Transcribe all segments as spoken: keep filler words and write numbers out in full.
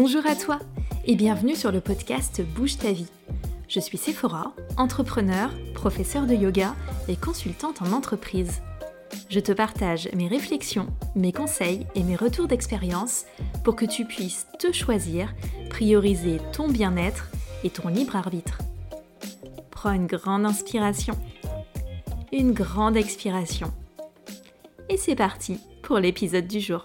Bonjour à toi et bienvenue sur le podcast Bouge ta vie. Je suis Sephora, entrepreneur, professeure de yoga et consultante en entreprise. Je te partage mes réflexions, mes conseils et mes retours d'expérience pour que tu puisses te choisir, prioriser ton bien-être et ton libre arbitre. Prends une grande inspiration, une grande expiration. Et c'est parti pour l'épisode du jour.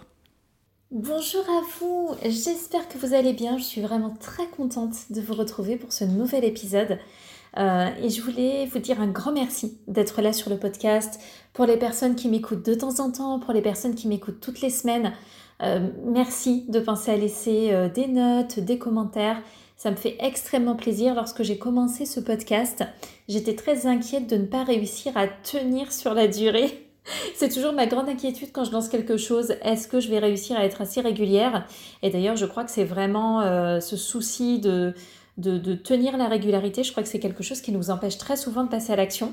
Bonjour à vous, j'espère que vous allez bien, je suis vraiment très contente de vous retrouver pour ce nouvel épisode euh, et je voulais vous dire un grand merci d'être là sur le podcast, pour les personnes qui m'écoutent de temps en temps, pour les personnes qui m'écoutent toutes les semaines, euh, merci de penser à laisser euh, des notes, des commentaires, ça me fait extrêmement plaisir. Lorsque j'ai commencé ce podcast, j'étais très inquiète de ne pas réussir à tenir sur la durée. C'est toujours ma grande inquiétude quand je lance quelque chose. Est-ce que je vais réussir à être assez régulière ? Et d'ailleurs, je crois que c'est vraiment euh, ce souci de, de, de tenir la régularité. Je crois que c'est quelque chose qui nous empêche très souvent de passer à l'action.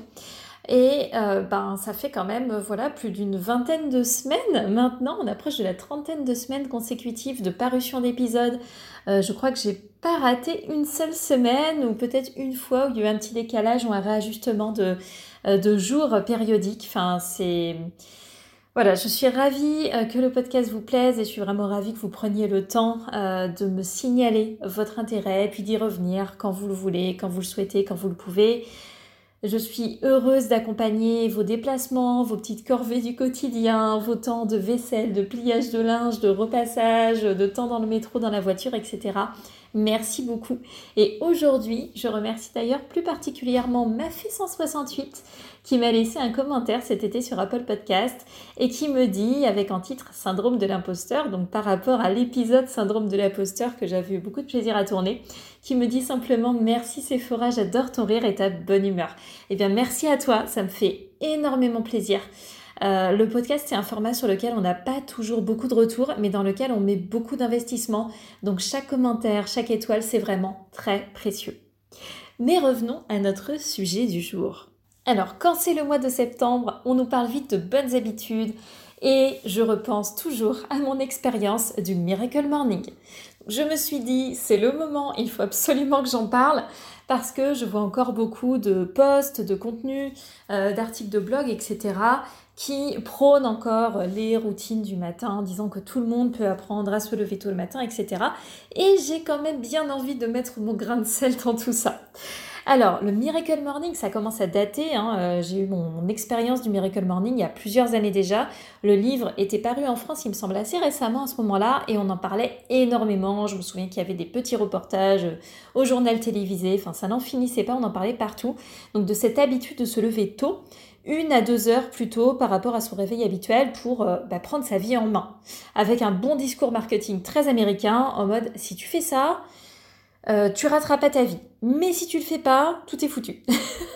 Et euh, ben, ça fait quand même voilà, plus d'une vingtaine de semaines maintenant. On approche de la trentaine de semaines consécutives de parution d'épisodes. Euh, je crois que j'ai pas raté une seule semaine ou peut-être une fois où il y a eu un petit décalage ou un réajustement de, euh, de jours périodiques. Enfin, c'est... Voilà, je suis ravie euh, que le podcast vous plaise et je suis vraiment ravie que vous preniez le temps euh, de me signaler votre intérêt, puis d'y revenir quand vous le voulez, quand vous le souhaitez, quand vous le pouvez. Je suis heureuse d'accompagner vos déplacements, vos petites corvées du quotidien, vos temps de vaisselle, de pliage de linge, de repassage, de temps dans le métro, dans la voiture, et cetera. Merci beaucoup. Et aujourd'hui, je remercie d'ailleurs plus particulièrement Mafé cent soixante-huit qui m'a laissé un commentaire cet été sur Apple Podcast et qui me dit, avec en titre Syndrome de l'imposteur, donc par rapport à l'épisode Syndrome de l'imposteur que j'avais eu beaucoup de plaisir à tourner, qui me dit simplement « Merci Sephora, j'adore ton rire et ta bonne humeur ». Eh bien, merci à toi, ça me fait énormément plaisir. Euh, le podcast, c'est un format sur lequel on n'a pas toujours beaucoup de retours, mais dans lequel on met beaucoup d'investissement. Donc, chaque commentaire, chaque étoile, c'est vraiment très précieux. Mais revenons à notre sujet du jour. Alors, quand c'est le mois de septembre, on nous parle vite de bonnes habitudes et je repense toujours à mon expérience du Miracle Morning. Je me suis dit, c'est le moment, il faut absolument que j'en parle parce que je vois encore beaucoup de posts, de contenus, euh, d'articles de blog, et cetera qui prônent encore les routines du matin en disant que tout le monde peut apprendre à se lever tôt le matin, et cetera. Et j'ai quand même bien envie de mettre mon grain de sel dans tout ça. Alors, le Miracle Morning, ça commence à dater. Hein. Euh, j'ai eu mon, mon expérience du Miracle Morning il y a plusieurs années déjà. Le livre était paru en France, il me semble, assez récemment à ce moment-là, et on en parlait énormément. Je me souviens qu'il y avait des petits reportages au journal télévisé. Enfin, ça n'en finissait pas, on en parlait partout. Donc, de cette habitude de se lever tôt, une à deux heures plus tôt par rapport à son réveil habituel pour euh, bah, prendre sa vie en main. Avec un bon discours marketing très américain, en mode, si tu fais ça... Euh, tu rateras pas ta vie. Mais si tu le fais pas, tout est foutu.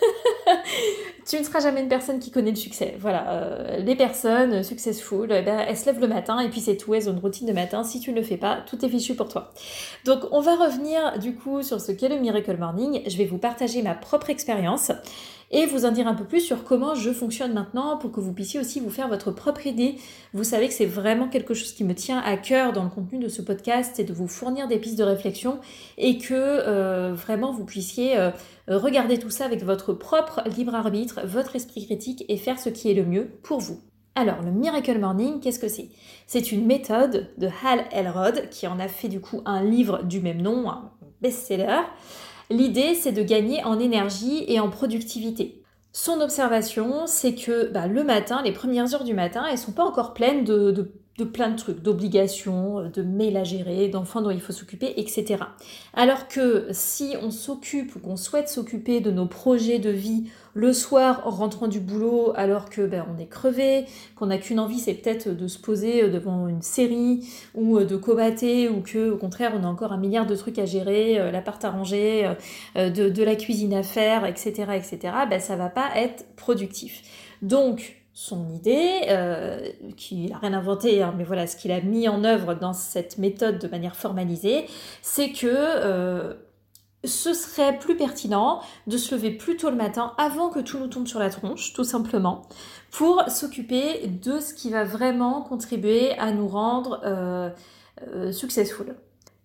Tu ne seras jamais une personne qui connaît le succès. Voilà, euh, les personnes successful, eh ben, elles se lèvent le matin et puis c'est tout, elles ont une routine de matin. Si tu ne le fais pas, tout est fichu pour toi. Donc on va revenir du coup sur ce qu'est le Miracle Morning. Je vais vous partager ma propre expérience et vous en dire un peu plus sur comment je fonctionne maintenant pour que vous puissiez aussi vous faire votre propre idée. Vous savez que c'est vraiment quelque chose qui me tient à cœur dans le contenu de ce podcast, c'est de vous fournir des pistes de réflexion et que euh, vraiment vous puissiez euh, regarder tout ça avec votre propre libre arbitre, votre esprit critique et faire ce qui est le mieux pour vous. Alors, le Miracle Morning, qu'est-ce que c'est ? C'est une méthode de Hal Elrod qui en a fait du coup un livre du même nom, un best-seller. L'idée, c'est de gagner en énergie et en productivité. Son observation, c'est que bah, le matin, les premières heures du matin, elles ne sont pas encore pleines de, de, de plein de trucs, d'obligations, de mails à gérer, d'enfants dont il faut s'occuper, et cetera. Alors que si on s'occupe ou qu'on souhaite s'occuper de nos projets de vie le soir en rentrant du boulot alors que ben, on est crevé, qu'on n'a qu'une envie, c'est peut-être de se poser devant une série ou de comater ou que au contraire on a encore un milliard de trucs à gérer, euh, l'appart à ranger, euh, de, de la cuisine à faire, et cetera, et cetera. Ben, ça va pas être productif. Donc son idée, euh, qu'il n'a rien inventé, hein, mais voilà ce qu'il a mis en œuvre dans cette méthode de manière formalisée, c'est que euh, ce serait plus pertinent de se lever plus tôt le matin avant que tout nous tombe sur la tronche, tout simplement, pour s'occuper de ce qui va vraiment contribuer à nous rendre euh, euh, successful.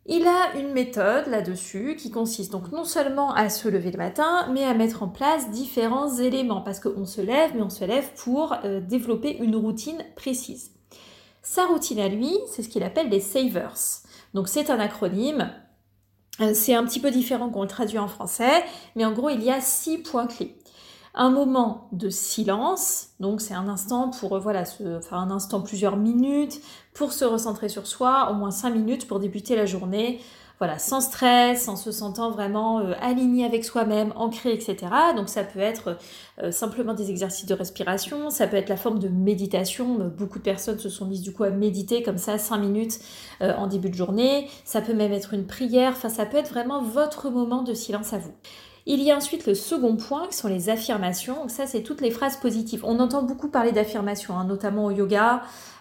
Il a une méthode là-dessus qui consiste donc non seulement à se lever le matin, mais à mettre en place différents éléments, parce qu'on se lève, mais on se lève pour euh, développer une routine précise. Sa routine à lui, c'est ce qu'il appelle les savers. Donc c'est un acronyme, c'est un petit peu différent qu'on le traduit en français, mais en gros il y a six points clés. Un moment de silence, donc c'est un instant pour, voilà, se, enfin un instant, plusieurs minutes, pour se recentrer sur soi, au moins cinq minutes pour débuter la journée, voilà, sans stress, en se sentant vraiment euh, aligné avec soi-même, ancré, et cetera. Donc ça peut être euh, simplement des exercices de respiration, ça peut être la forme de méditation, beaucoup de personnes se sont mises du coup à méditer comme ça cinq minutes euh, en début de journée, ça peut même être une prière, enfin ça peut être vraiment votre moment de silence à vous. Il y a ensuite le second point, qui sont les affirmations. Donc ça, c'est toutes les phrases positives. On entend beaucoup parler d'affirmations, hein, notamment au yoga.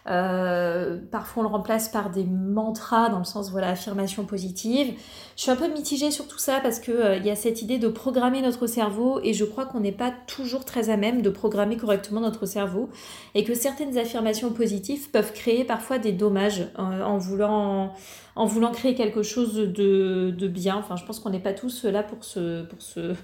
Euh, parfois, on le remplace par des mantras, dans le sens, voilà, affirmation positive. Je suis un peu mitigée sur tout ça parce qu'il euh, y a cette idée de programmer notre cerveau et je crois qu'on n'est pas toujours très à même de programmer correctement notre cerveau et que certaines affirmations positives peuvent créer parfois des dommages euh, en voulant... en voulant créer quelque chose de, de bien. Enfin, je pense qu'on n'est pas tous là pour se, pour se,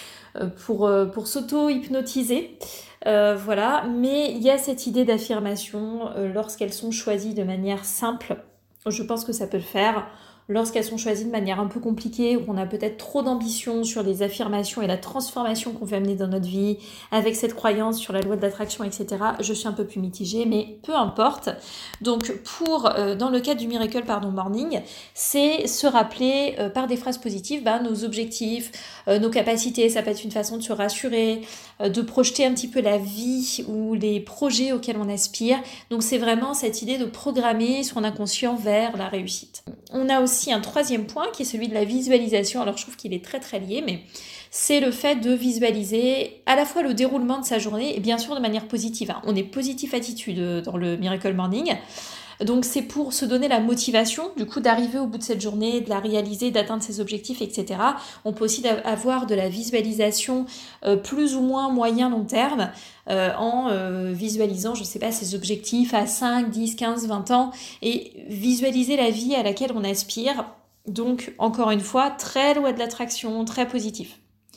pour, pour s'auto-hypnotiser. Euh, voilà, mais il y a cette idée d'affirmation euh, lorsqu'elles sont choisies de manière simple. Je pense que ça peut le faire. Lorsqu'elles sont choisies de manière un peu compliquée, où on a peut-être trop d'ambition sur les affirmations et la transformation qu'on veut amener dans notre vie, avec cette croyance sur la loi de l'attraction, et cetera, je suis un peu plus mitigée, mais peu importe. Donc, pour, euh, dans le cadre du Miracle Pardon Morning, c'est se rappeler euh, par des phrases positives bah, nos objectifs, euh, nos capacités. Ça peut être une façon de se rassurer, euh, de projeter un petit peu la vie ou les projets auxquels on aspire. Donc, c'est vraiment cette idée de programmer son inconscient vers la réussite. On a aussi un troisième point qui est celui de la visualisation. Alors je trouve qu'il est très très lié, mais c'est le fait de visualiser à la fois le déroulement de sa journée et bien sûr de manière positive. Hein. On est positif attitude dans le Miracle Morning. Donc c'est pour se donner la motivation du coup d'arriver au bout de cette journée, de la réaliser, d'atteindre ses objectifs, et cetera. On peut aussi avoir de la visualisation euh, plus ou moins moyen long terme euh, en euh, visualisant, je sais pas, ses objectifs à cinq, dix, quinze, vingt ans et visualiser la vie à laquelle on aspire. Donc encore une fois, très loi de l'attraction, très positif.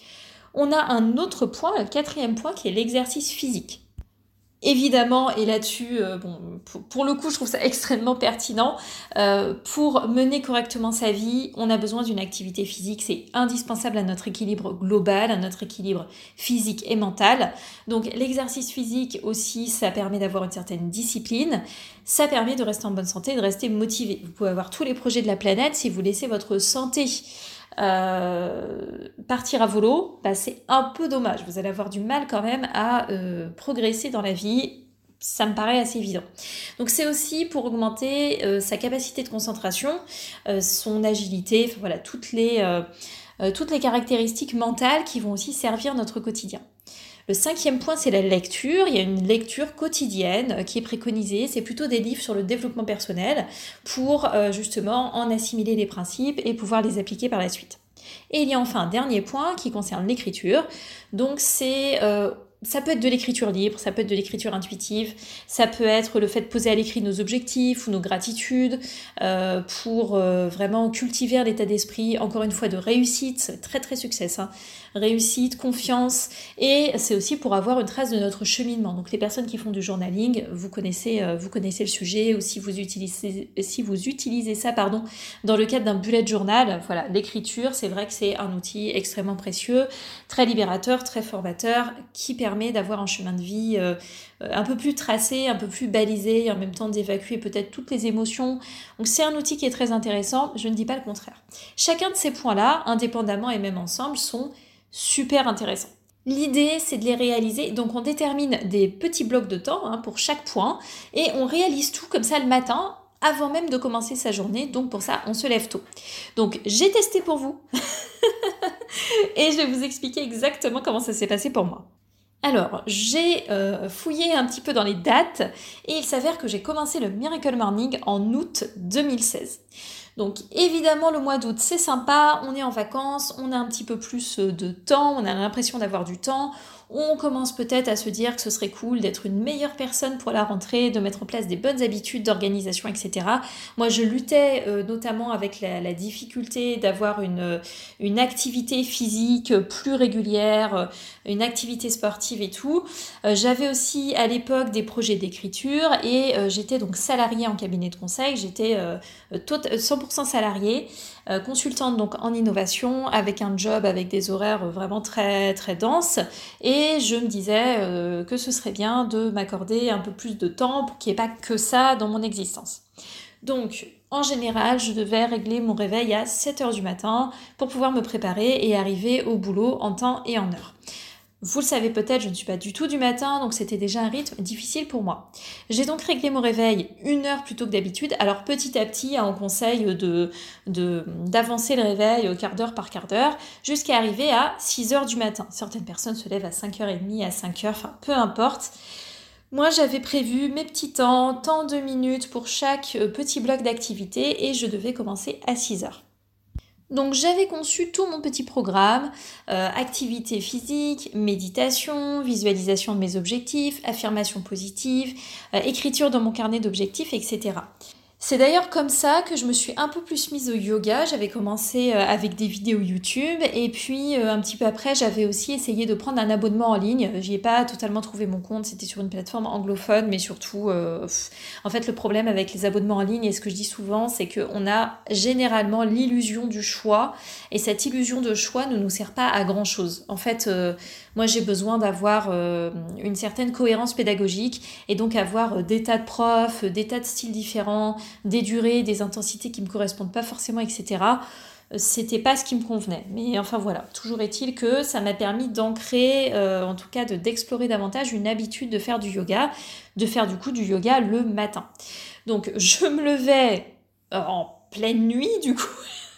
On a un autre point, le quatrième point qui est l'exercice physique. Évidemment, et là-dessus, euh, bon, pour, pour le coup, je trouve ça extrêmement pertinent. Euh, pour mener correctement sa vie, on a besoin d'une activité physique. C'est indispensable à notre équilibre global, à notre équilibre physique et mental. Donc, l'exercice physique aussi, ça permet d'avoir une certaine discipline. Ça permet de rester en bonne santé, de rester motivé. Vous pouvez avoir tous les projets de la planète si vous laissez votre santé Euh, partir à volo, bah, c'est un peu dommage. Vous allez avoir du mal quand même à euh, progresser dans la vie. Ça me paraît assez évident. Donc c'est aussi pour augmenter euh, sa capacité de concentration, euh, son agilité, enfin, voilà, toutes les, euh, euh, toutes les caractéristiques mentales qui vont aussi servir notre quotidien. Le cinquième point, c'est la lecture. Il y a une lecture quotidienne qui est préconisée. C'est plutôt des livres sur le développement personnel pour euh, justement en assimiler les principes et pouvoir les appliquer par la suite. Et il y a enfin un dernier point qui concerne l'écriture. Donc c'est... Euh, ça peut être de l'écriture libre, ça peut être de l'écriture intuitive, ça peut être le fait de poser à l'écrit nos objectifs ou nos gratitudes euh, pour euh, vraiment cultiver un état d'esprit, encore une fois, de réussite, très très succès, hein. Réussite, confiance, et c'est aussi pour avoir une trace de notre cheminement. Donc les personnes qui font du journaling, vous connaissez, euh, vous connaissez le sujet, ou si vous utilisez, si vous utilisez ça pardon, dans le cadre d'un bullet journal, voilà, l'écriture, c'est vrai que c'est un outil extrêmement précieux, très libérateur, très formateur, qui permet d'avoir un chemin de vie euh, un peu plus tracé, un peu plus balisé, et en même temps d'évacuer peut-être toutes les émotions. Donc c'est un outil qui est très intéressant, je ne dis pas le contraire. Chacun de ces points-là, indépendamment et même ensemble, sont super intéressants. L'idée, c'est de les réaliser. Donc, on détermine des petits blocs de temps hein, pour chaque point et on réalise tout comme ça le matin avant même de commencer sa journée. Donc, pour ça, on se lève tôt. Donc, j'ai testé pour vous et je vais vous expliquer exactement comment ça s'est passé pour moi. Alors, j'ai euh, fouillé un petit peu dans les dates et il s'avère que j'ai commencé le Miracle Morning en août deux mille seize. Donc évidemment le mois d'août c'est sympa, on est en vacances, on a un petit peu plus de temps, on a l'impression d'avoir du temps, on commence peut-être à se dire que ce serait cool d'être une meilleure personne pour la rentrée, de mettre en place des bonnes habitudes d'organisation, et cetera. Moi je luttais euh, notamment avec la, la difficulté d'avoir une, une activité physique plus régulière, une activité sportive et tout. Euh, j'avais aussi à l'époque des projets d'écriture et euh, j'étais donc salariée en cabinet de conseil, j'étais euh, cent pour cent salariée, euh, consultante donc en innovation avec un job avec des horaires vraiment très très denses et je me disais euh, que ce serait bien de m'accorder un peu plus de temps pour qu'il n'y ait pas que ça dans mon existence. Donc en général je devais régler mon réveil à sept heures du matin pour pouvoir me préparer et arriver au boulot en temps et en heure. Vous le savez peut-être, je ne suis pas du tout du matin, donc c'était déjà un rythme difficile pour moi. J'ai donc réglé mon réveil une heure plus tôt que d'habitude. Alors petit à petit, hein, on conseille de, de, d'avancer le réveil quart d'heure par quart d'heure, jusqu'à arriver à six heures du matin. Certaines personnes se lèvent à cinq heures trente, à cinq heures, enfin peu importe. Moi, j'avais prévu mes petits temps, tant de minutes pour chaque petit bloc d'activité et je devais commencer à six heures. Donc j'avais conçu tout mon petit programme, euh, activité physique, méditation, visualisation de mes objectifs, affirmation positive, euh, écriture dans mon carnet d'objectifs, et cetera. C'est d'ailleurs comme ça que je me suis un peu plus mise au yoga. J'avais commencé avec des vidéos YouTube et puis un petit peu après j'avais aussi essayé de prendre un abonnement en ligne. J'y ai pas totalement trouvé mon compte, c'était sur une plateforme anglophone, mais surtout euh, en fait le problème avec les abonnements en ligne et ce que je dis souvent c'est qu'on a généralement l'illusion du choix et cette illusion de choix ne nous sert pas à grand chose. En fait euh, moi j'ai besoin d'avoir euh, une certaine cohérence pédagogique et donc avoir des tas de profs, des tas de styles différents, des durées, des intensités qui me correspondent pas forcément, et cetera. C'était pas ce qui me convenait. Mais enfin voilà, toujours est-il que ça m'a permis d'ancrer, euh, en tout cas de, d'explorer davantage une habitude de faire du yoga, de faire du coup du yoga le matin. Donc je me levais en pleine nuit du coup.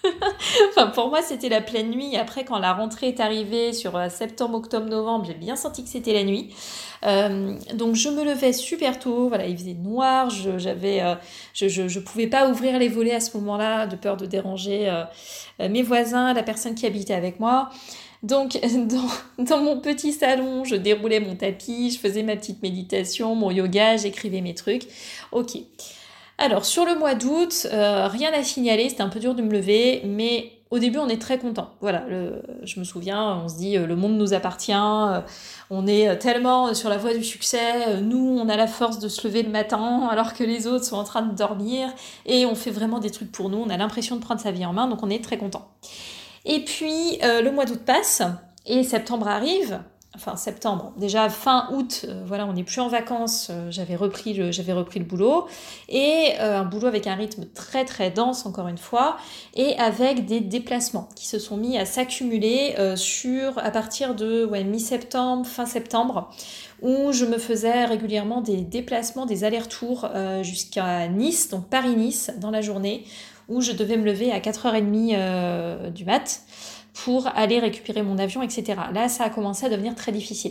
Enfin, pour moi, c'était la pleine nuit. Après, quand la rentrée est arrivée sur septembre, octobre, novembre, j'ai bien senti que c'était la nuit. Euh, donc, je me levais super tôt. Voilà, il faisait noir. Je, j'avais, euh, je, je, je pouvais pas ouvrir les volets à ce moment-là, de peur de déranger euh, mes voisins, la personne qui habitait avec moi. Donc, dans, dans mon petit salon, je déroulais mon tapis, je faisais ma petite méditation, mon yoga, j'écrivais mes trucs. Ok. Alors, sur le mois d'août, euh, rien à signaler, c'était un peu dur de me lever, mais au début, on est très content. Voilà, le, je me souviens, on se dit, euh, le monde nous appartient, euh, on est tellement sur la voie du succès, euh, nous, on a la force de se lever le matin, alors que les autres sont en train de dormir, et on fait vraiment des trucs pour nous, on a l'impression de prendre sa vie en main, donc on est très content. Et puis, euh, le mois d'août passe, et septembre arrive. Enfin septembre, déjà fin août, euh, voilà, on n'est plus en vacances, euh, j'avais repris le, j'avais repris le boulot, et euh, un boulot avec un rythme très très dense encore une fois, et avec des déplacements qui se sont mis à s'accumuler euh, sur, à partir de ouais, mi-septembre, fin septembre, où je me faisais régulièrement des déplacements, des allers-retours euh, jusqu'à Nice, donc Paris-Nice, dans la journée, où je devais me lever à quatre heures trente euh, du mat', pour aller récupérer mon avion, et cetera. Là, ça a commencé à devenir très difficile.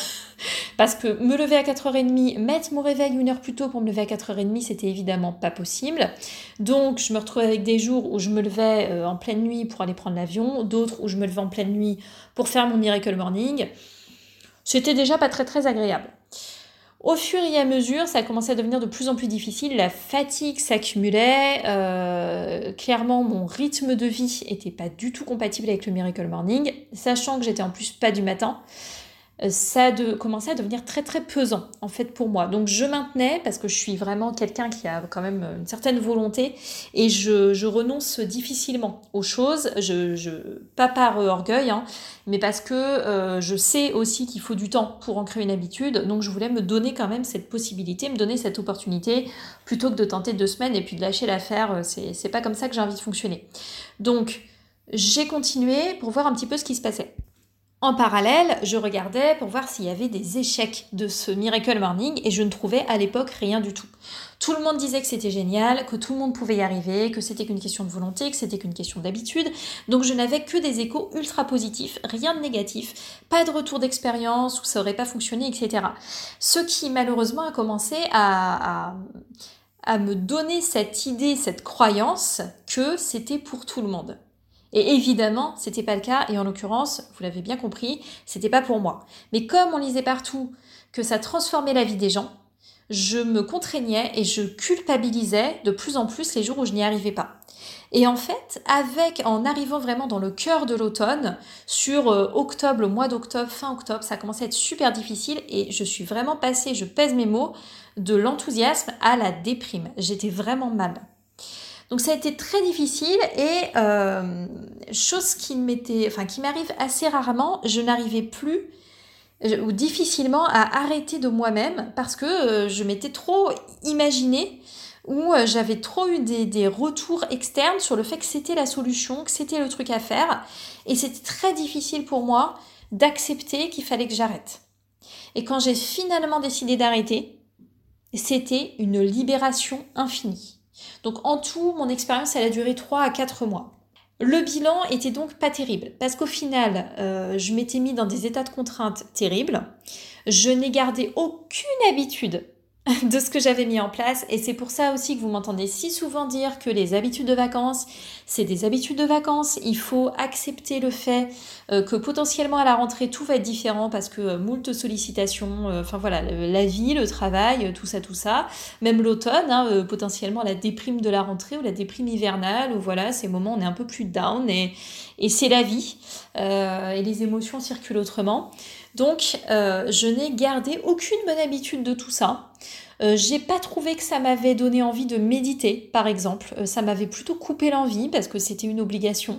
Parce que me lever à quatre heures trente, mettre mon réveil une heure plus tôt pour me lever à quatre heures trente, c'était évidemment pas possible. Donc, je me retrouvais avec des jours où je me levais en pleine nuit pour aller prendre l'avion, d'autres où je me levais en pleine nuit pour faire mon Miracle Morning. C'était déjà pas très très agréable. Au fur et à mesure, ça a commencé à devenir de plus en plus difficile, la fatigue s'accumulait, euh, clairement mon rythme de vie était pas du tout compatible avec le Miracle Morning, sachant que j'étais en plus pas du matin, ça a de, commençait à devenir très très pesant en fait pour moi. Donc je maintenais parce que je suis vraiment quelqu'un qui a quand même une certaine volonté et je, je renonce difficilement aux choses, je, je, pas par orgueil, hein, mais parce que euh, je sais aussi qu'il faut du temps pour ancrer une habitude, donc je voulais me donner quand même cette possibilité, me donner cette opportunité, plutôt que de tenter deux semaines et puis de lâcher l'affaire, c'est, c'est pas comme ça que j'ai envie de fonctionner. Donc j'ai continué pour voir un petit peu ce qui se passait. En parallèle, je regardais pour voir s'il y avait des échecs de ce Miracle Morning et je ne trouvais à l'époque rien du tout. Tout le monde disait que c'était génial, que tout le monde pouvait y arriver, que c'était qu'une question de volonté, que c'était qu'une question d'habitude. Donc je n'avais que des échos ultra positifs, rien de négatif, pas de retour d'expérience où ça n'aurait pas fonctionné, et cetera. Ce qui malheureusement a commencé à... à à me donner cette idée, cette croyance que c'était pour tout le monde. Et évidemment, c'était pas le cas, et en l'occurrence, vous l'avez bien compris, c'était pas pour moi. Mais comme on lisait partout que ça transformait la vie des gens, je me contraignais et je culpabilisais de plus en plus les jours où je n'y arrivais pas. Et en fait, avec, en arrivant vraiment dans le cœur de l'automne, sur euh, octobre, le mois d'octobre, fin octobre, ça commençait à être super difficile et je suis vraiment passée, je pèse mes mots, de l'enthousiasme à la déprime. J'étais vraiment mal. Donc ça a été très difficile et euh, chose qui m'était, enfin qui m'arrive assez rarement, je n'arrivais plus ou difficilement à arrêter de moi-même parce que euh, je m'étais trop imaginée ou euh, j'avais trop eu des, des retours externes sur le fait que c'était la solution, que c'était le truc à faire et c'était très difficile pour moi d'accepter qu'il fallait que j'arrête. Et quand j'ai finalement décidé d'arrêter, c'était une libération infinie. Donc en tout, mon expérience, elle a duré trois à quatre mois. Le bilan était donc pas terrible, parce qu'au final, euh, je m'étais mis dans des états de contrainte terribles. Je n'ai gardé aucune habitude de ce que j'avais mis en place, et c'est pour ça aussi que vous m'entendez si souvent dire que les habitudes de vacances, c'est des habitudes de vacances. Il faut accepter le fait euh, que potentiellement à la rentrée, tout va être différent, parce que euh, moult sollicitations, euh, enfin voilà, la vie, le travail, tout ça, tout ça. Même l'automne, hein, euh, potentiellement la déprime de la rentrée, ou la déprime hivernale, ou voilà, ces moments où on est un peu plus down, et, et c'est la vie, euh, et les émotions circulent autrement. Donc, euh, je n'ai gardé aucune bonne habitude de tout ça. Euh, j'ai pas trouvé que ça m'avait donné envie de méditer, par exemple. Euh, ça m'avait plutôt coupé l'envie parce que c'était une obligation.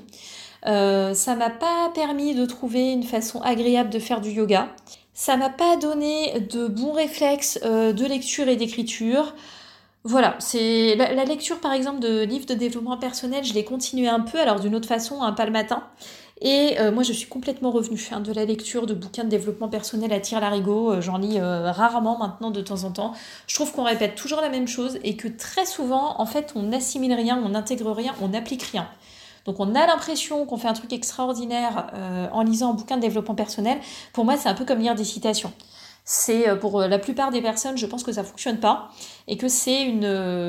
Euh, ça m'a pas permis de trouver une façon agréable de faire du yoga. Ça m'a pas donné de bons réflexes euh, de lecture et d'écriture. Voilà, c'est la, la lecture par exemple de livres de développement personnel, je l'ai continué un peu, alors d'une autre façon, hein, pas le matin. Et euh, moi je suis complètement revenue hein, de la lecture de bouquins de développement personnel à tire-larigot, euh, j'en lis euh, rarement maintenant de temps en temps. Je trouve qu'on répète toujours la même chose et que très souvent en fait on n'assimile rien, on n'intègre rien, on n'applique rien. Donc on a l'impression qu'on fait un truc extraordinaire euh, en lisant un bouquin de développement personnel. Pour moi c'est un peu comme lire des citations. C'est pour la plupart des personnes, je pense que ça fonctionne pas et que c'est une,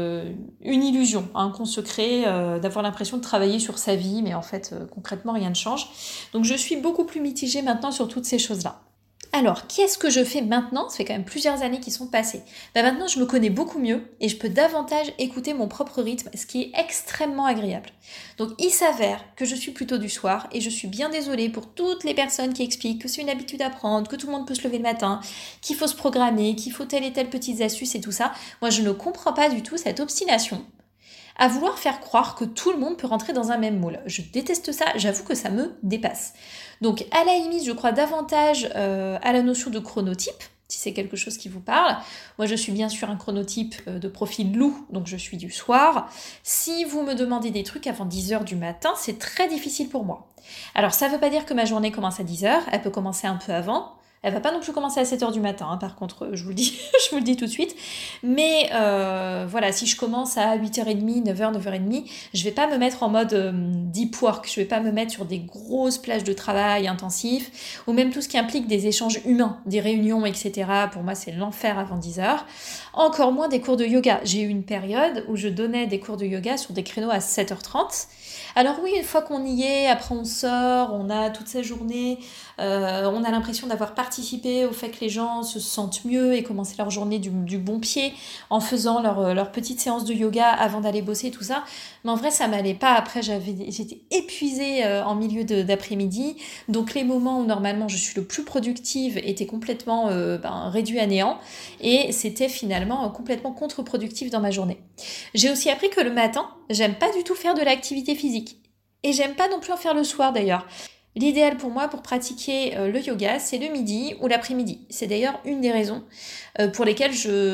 une illusion hein, qu'on se crée euh, d'avoir l'impression de travailler sur sa vie, mais en fait euh, concrètement rien ne change. Donc je suis beaucoup plus mitigée maintenant sur toutes ces choses-là. Alors, qu'est-ce que je fais maintenant ? Ça fait quand même plusieurs années qui sont passées. Ben maintenant, je me connais beaucoup mieux et je peux davantage écouter mon propre rythme, ce qui est extrêmement agréable. Donc, il s'avère que je suis plutôt du soir et je suis bien désolée pour toutes les personnes qui expliquent que c'est une habitude à prendre, que tout le monde peut se lever le matin, qu'il faut se programmer, qu'il faut telle et telle petite astuce et tout ça. Moi, je ne comprends pas du tout cette obstination à vouloir faire croire que tout le monde peut rentrer dans un même moule. Je déteste ça, j'avoue que ça me dépasse. Donc à la limite, je crois davantage euh, à la notion de chronotype, si c'est quelque chose qui vous parle. Moi, je suis bien sûr un chronotype euh, de profil loup, donc je suis du soir. Si vous me demandez des trucs avant dix heures du matin, c'est très difficile pour moi. Alors ça ne veut pas dire que ma journée commence à dix heures, elle peut commencer un peu avant. Elle va pas non plus commencer à sept heures du matin, hein, par contre, je vous le dis, je vous le dis tout de suite. Mais euh, voilà, si je commence à huit heures trente, neuf heures, neuf heures trente, je vais pas me mettre en mode euh, deep work, je vais pas me mettre sur des grosses plages de travail intensifs, ou même tout ce qui implique des échanges humains, des réunions, et cetera. Pour moi, c'est l'enfer avant dix heures. Encore moins des cours de yoga. J'ai eu une période où je donnais des cours de yoga sur des créneaux à sept heures trente. Alors oui, une fois qu'on y est, après on sort, on a toute sa journée, euh, on a l'impression d'avoir participé au fait que les gens se sentent mieux et commencer leur journée du, du bon pied en faisant leur, leur petite séance de yoga avant d'aller bosser, tout ça. Mais en vrai, ça m'allait pas. Après, j'avais, j'étais épuisée euh, en milieu de, d'après-midi. Donc les moments où normalement je suis le plus productive étaient complètement euh, ben, réduits à néant. Et c'était finalement euh, complètement contre-productif dans ma journée. J'ai aussi appris que le matin, j'aime pas du tout faire de l'activité physique. Et j'aime pas non plus en faire le soir d'ailleurs. L'idéal pour moi pour pratiquer euh, le yoga, c'est le midi ou l'après-midi. C'est d'ailleurs une des raisons euh, pour lesquelles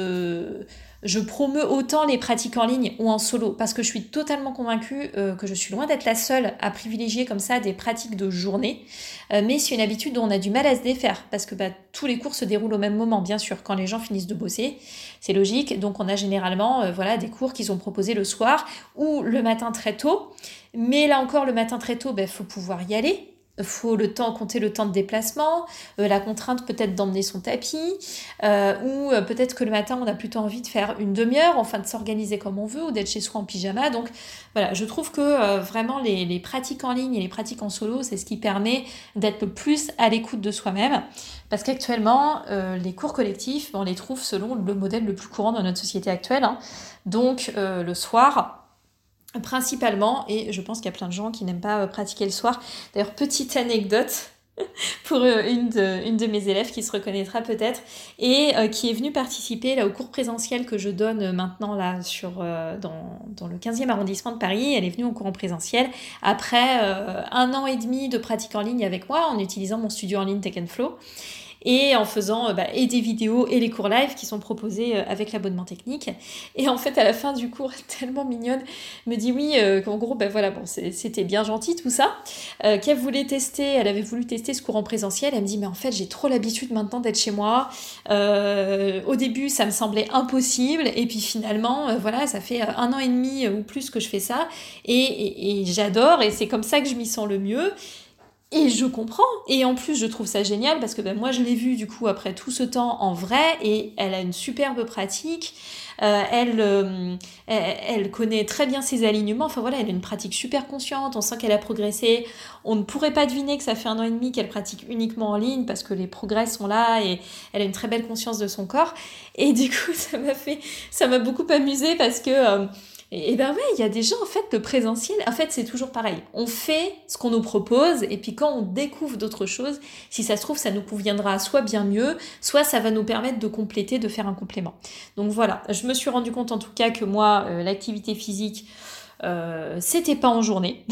je, je promeus autant les pratiques en ligne ou en solo, parce que je suis totalement convaincue euh, que je suis loin d'être la seule à privilégier comme ça des pratiques de journée, euh, mais c'est une habitude dont on a du mal à se défaire, parce que bah, tous les cours se déroulent au même moment, bien sûr, quand les gens finissent de bosser, c'est logique, donc on a généralement euh, voilà, des cours qui sont proposés le soir ou le matin très tôt, mais là encore, le matin très tôt, il bah, faut pouvoir y aller. faut le temps, compter le temps de déplacement, euh, la contrainte peut-être d'emmener son tapis, euh, ou euh, peut-être que le matin on a plutôt envie de faire une demi-heure, enfin de s'organiser comme on veut, ou d'être chez soi en pyjama. Donc voilà, je trouve que euh, vraiment les, les pratiques en ligne et les pratiques en solo, c'est ce qui permet d'être le plus à l'écoute de soi-même. Parce qu'actuellement, euh, les cours collectifs, on les trouve selon le modèle le plus courant dans notre société actuelle. Hein. Donc euh, le soir, principalement, et je pense qu'il y a plein de gens qui n'aiment pas euh, pratiquer le soir. D'ailleurs, petite anecdote pour euh, une, de, une de mes élèves qui se reconnaîtra peut-être, et euh, qui est venue participer là, au cours présentiel que je donne euh, maintenant là, sur, euh, dans, dans le quinzième arrondissement de Paris. Elle est venue au cours en présentiel après euh, un an et demi de pratique en ligne avec moi en utilisant mon studio en ligne Tech and Flow. Et en faisant euh, bah, et des vidéos et les cours live qui sont proposés euh, avec l'abonnement technique. Et en fait, à la fin du cours, tellement mignonne, me dit oui, euh, qu'en gros, ben voilà, bon, c'était bien gentil tout ça, euh, qu'elle voulait tester, elle avait voulu tester ce cours en présentiel. Elle me dit, mais en fait, j'ai trop l'habitude maintenant d'être chez moi. Euh, au début, ça me semblait impossible. Et puis finalement, euh, voilà, ça fait un an et demi ou plus que je fais ça. Et, et, et j'adore, et c'est comme ça que je m'y sens le mieux. Et je comprends, et en plus je trouve ça génial parce que ben, moi je l'ai vue du coup après tout ce temps en vrai, et elle a une superbe pratique, euh, elle, euh, elle, elle connaît très bien ses alignements, enfin voilà, elle a une pratique super consciente, on sent qu'elle a progressé, on ne pourrait pas deviner que ça fait un an et demi qu'elle pratique uniquement en ligne parce que les progrès sont là et elle a une très belle conscience de son corps, et du coup ça m'a fait, ça m'a beaucoup amusée parce que... Euh, Et, et ben ouais, il y a des gens, en fait, le présentiel, en fait, c'est toujours pareil. On fait ce qu'on nous propose, et puis quand on découvre d'autres choses, si ça se trouve, ça nous conviendra soit bien mieux, soit ça va nous permettre de compléter, de faire un complément. Donc voilà, je me suis rendu compte en tout cas que moi, euh, l'activité physique, euh, c'était pas en journée.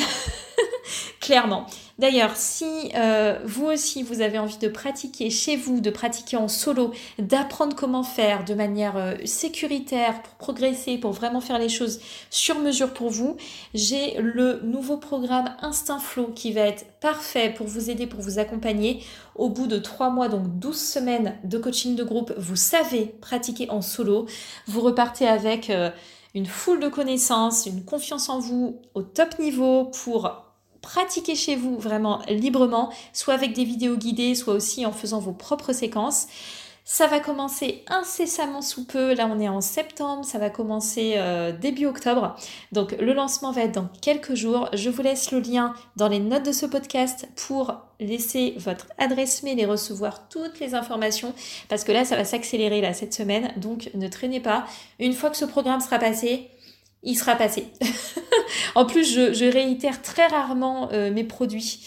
Clairement. D'ailleurs, si euh, vous aussi, vous avez envie de pratiquer chez vous, de pratiquer en solo, d'apprendre comment faire de manière euh, sécuritaire pour progresser, pour vraiment faire les choses sur mesure pour vous, j'ai le nouveau programme Instinct Flow qui va être parfait pour vous aider, pour vous accompagner. Au bout de trois mois, donc douze semaines de coaching de groupe, vous savez pratiquer en solo. Vous repartez avec euh, une foule de connaissances, une confiance en vous au top niveau pour pratiquez chez vous vraiment librement, soit avec des vidéos guidées, soit aussi en faisant vos propres séquences. Ça va commencer incessamment sous peu, là on est en septembre, ça va commencer euh, début octobre, donc le lancement va être dans quelques jours. Je vous laisse le lien dans les notes de ce podcast pour laisser votre adresse mail et recevoir toutes les informations, parce que là ça va s'accélérer là cette semaine, donc ne traînez pas. Une fois que ce programme sera passé, il sera passé. En plus, je, je réitère très rarement euh, mes produits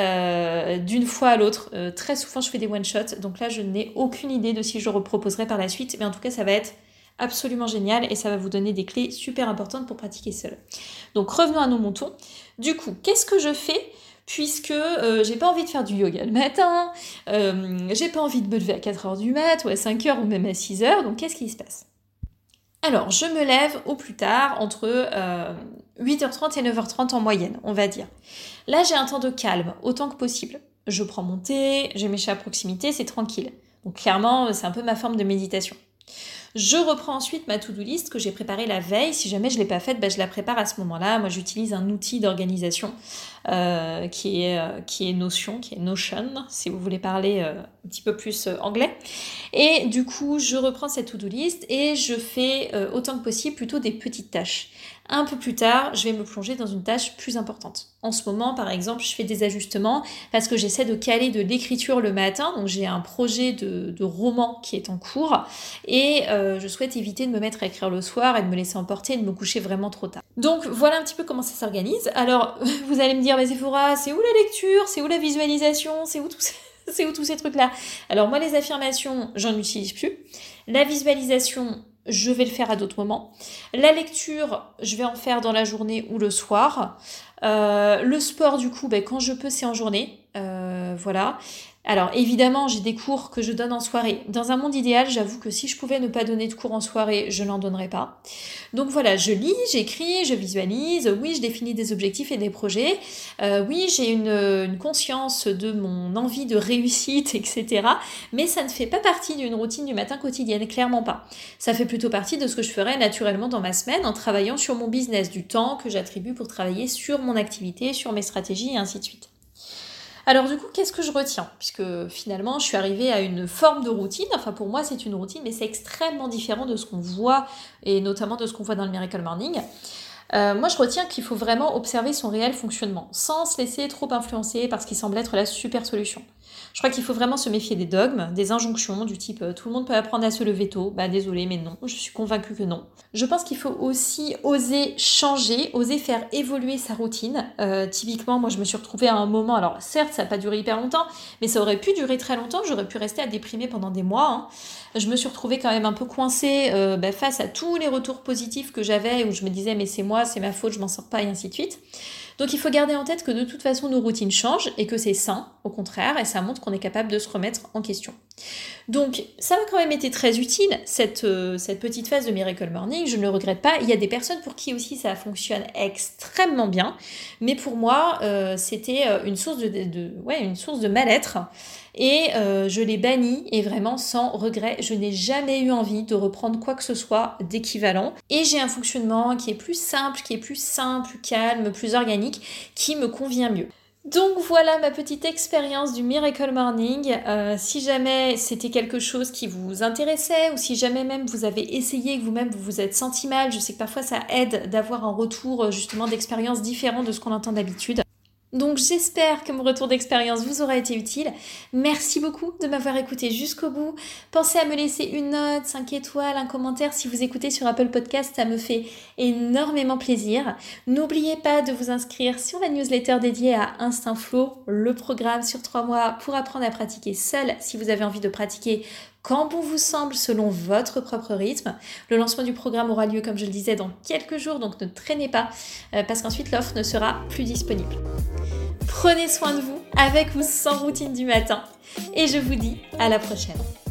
euh, d'une fois à l'autre. Euh, très souvent, je fais des one-shots. Donc là, je n'ai aucune idée de si je reproposerai par la suite. Mais en tout cas, ça va être absolument génial et ça va vous donner des clés super importantes pour pratiquer seul. Donc, revenons à nos moutons. Du coup, qu'est-ce que je fais ? Puisque euh, j'ai pas envie de faire du yoga le matin, euh, j'ai pas envie de me lever à quatre heures du mat, ou à cinq heures, ou même à six heures. Donc, qu'est-ce qui se passe ? Alors, je me lève au plus tard entre euh, huit heures trente et neuf heures trente en moyenne, on va dire. Là, j'ai un temps de calme, autant que possible. Je prends mon thé, j'ai mes chats à proximité, c'est tranquille. Donc clairement, c'est un peu ma forme de méditation. Je reprends ensuite ma to-do list que j'ai préparée la veille. Si jamais je ne l'ai pas faite, ben je la prépare à ce moment-là. Moi, j'utilise un outil d'organisation euh, qui, est, euh, qui est Notion, qui est Notion, si vous voulez parler euh, un petit peu plus euh, anglais. Et du coup, je reprends cette to-do list et je fais euh, autant que possible plutôt des petites tâches. Un peu plus tard, je vais me plonger dans une tâche plus importante. En ce moment, par exemple, je fais des ajustements parce que j'essaie de caler de l'écriture le matin. Donc, j'ai un projet de, de roman qui est en cours et euh, je souhaite éviter de me mettre à écrire le soir et de me laisser emporter et de me coucher vraiment trop tard. Donc, voilà un petit peu comment ça s'organise. Alors, vous allez me dire, mais Sephora, c'est où la lecture? C'est où la visualisation? C'est où tout ça? C'est où tous ces trucs-là? Alors moi, les affirmations, j'en utilise plus. La visualisation, je vais le faire à d'autres moments. La lecture, je vais en faire dans la journée ou le soir. Euh, le sport, du coup, ben, quand je peux, c'est en journée. Euh, voilà. Alors évidemment, j'ai des cours que je donne en soirée. Dans un monde idéal, j'avoue que si je pouvais ne pas donner de cours en soirée, je n'en donnerais pas. Donc voilà, je lis, j'écris, je visualise, oui, je définis des objectifs et des projets, euh, oui, j'ai une, une conscience de mon envie de réussite, et cetera. Mais ça ne fait pas partie d'une routine du matin quotidienne, clairement pas. Ça fait plutôt partie de ce que je ferais naturellement dans ma semaine en travaillant sur mon business, du temps que j'attribue pour travailler sur mon activité, sur mes stratégies et ainsi de suite. Alors du coup, qu'est-ce que je retiens? Puisque finalement, je suis arrivée à une forme de routine. Enfin, pour moi, c'est une routine, mais c'est extrêmement différent de ce qu'on voit, et notamment de ce qu'on voit dans le Miracle Morning. Euh, moi, je retiens qu'il faut vraiment observer son réel fonctionnement, sans se laisser trop influencer par ce qui semble être la super solution. Je crois qu'il faut vraiment se méfier des dogmes, des injonctions du type euh, « tout le monde peut apprendre à se lever tôt ». Bah désolé, mais non, je suis convaincue que non. Je pense qu'il faut aussi oser changer, oser faire évoluer sa routine. Euh, typiquement, moi, je me suis retrouvée à un moment, alors certes, ça n'a pas duré hyper longtemps, mais ça aurait pu durer très longtemps, j'aurais pu rester à déprimer pendant des mois. Hein. Je me suis retrouvée quand même un peu coincée euh, bah, face à tous les retours positifs que j'avais, où je me disais « mais c'est moi, c'est ma faute, je m'en sors pas » et ainsi de suite. Donc il faut garder en tête que de toute façon nos routines changent et que c'est sain, au contraire, et ça montre qu'on est capable de se remettre en question. Donc ça m'a quand même été très utile, cette, euh, cette petite phase de Miracle Morning, je ne le regrette pas. Il y a des personnes pour qui aussi ça fonctionne extrêmement bien, mais pour moi euh, c'était une source de, de, de, ouais, une source de mal-être. Et euh, je l'ai banni et vraiment sans regret, je n'ai jamais eu envie de reprendre quoi que ce soit d'équivalent. Et j'ai un fonctionnement qui est plus simple, qui est plus sain, plus calme, plus organique, qui me convient mieux. Donc voilà ma petite expérience du Miracle Morning. Euh, si jamais c'était quelque chose qui vous intéressait ou si jamais même vous avez essayé et que vous-même vous vous êtes senti mal, je sais que parfois ça aide d'avoir un retour justement d'expérience différent de ce qu'on entend d'habitude. Donc j'espère que mon retour d'expérience vous aura été utile. Merci beaucoup de m'avoir écouté jusqu'au bout. Pensez à me laisser une note, cinq étoiles, un commentaire si vous écoutez sur Apple Podcast, ça me fait énormément plaisir. N'oubliez pas de vous inscrire sur la newsletter dédiée à Instinct Flow, le programme sur trois mois pour apprendre à pratiquer seul si vous avez envie de pratiquer quand bon vous semble, selon votre propre rythme. Le lancement du programme aura lieu, comme je le disais, dans quelques jours, donc ne traînez pas, euh, parce qu'ensuite l'offre ne sera plus disponible. Prenez soin de vous, avec ou sans routine du matin, et je vous dis à la prochaine.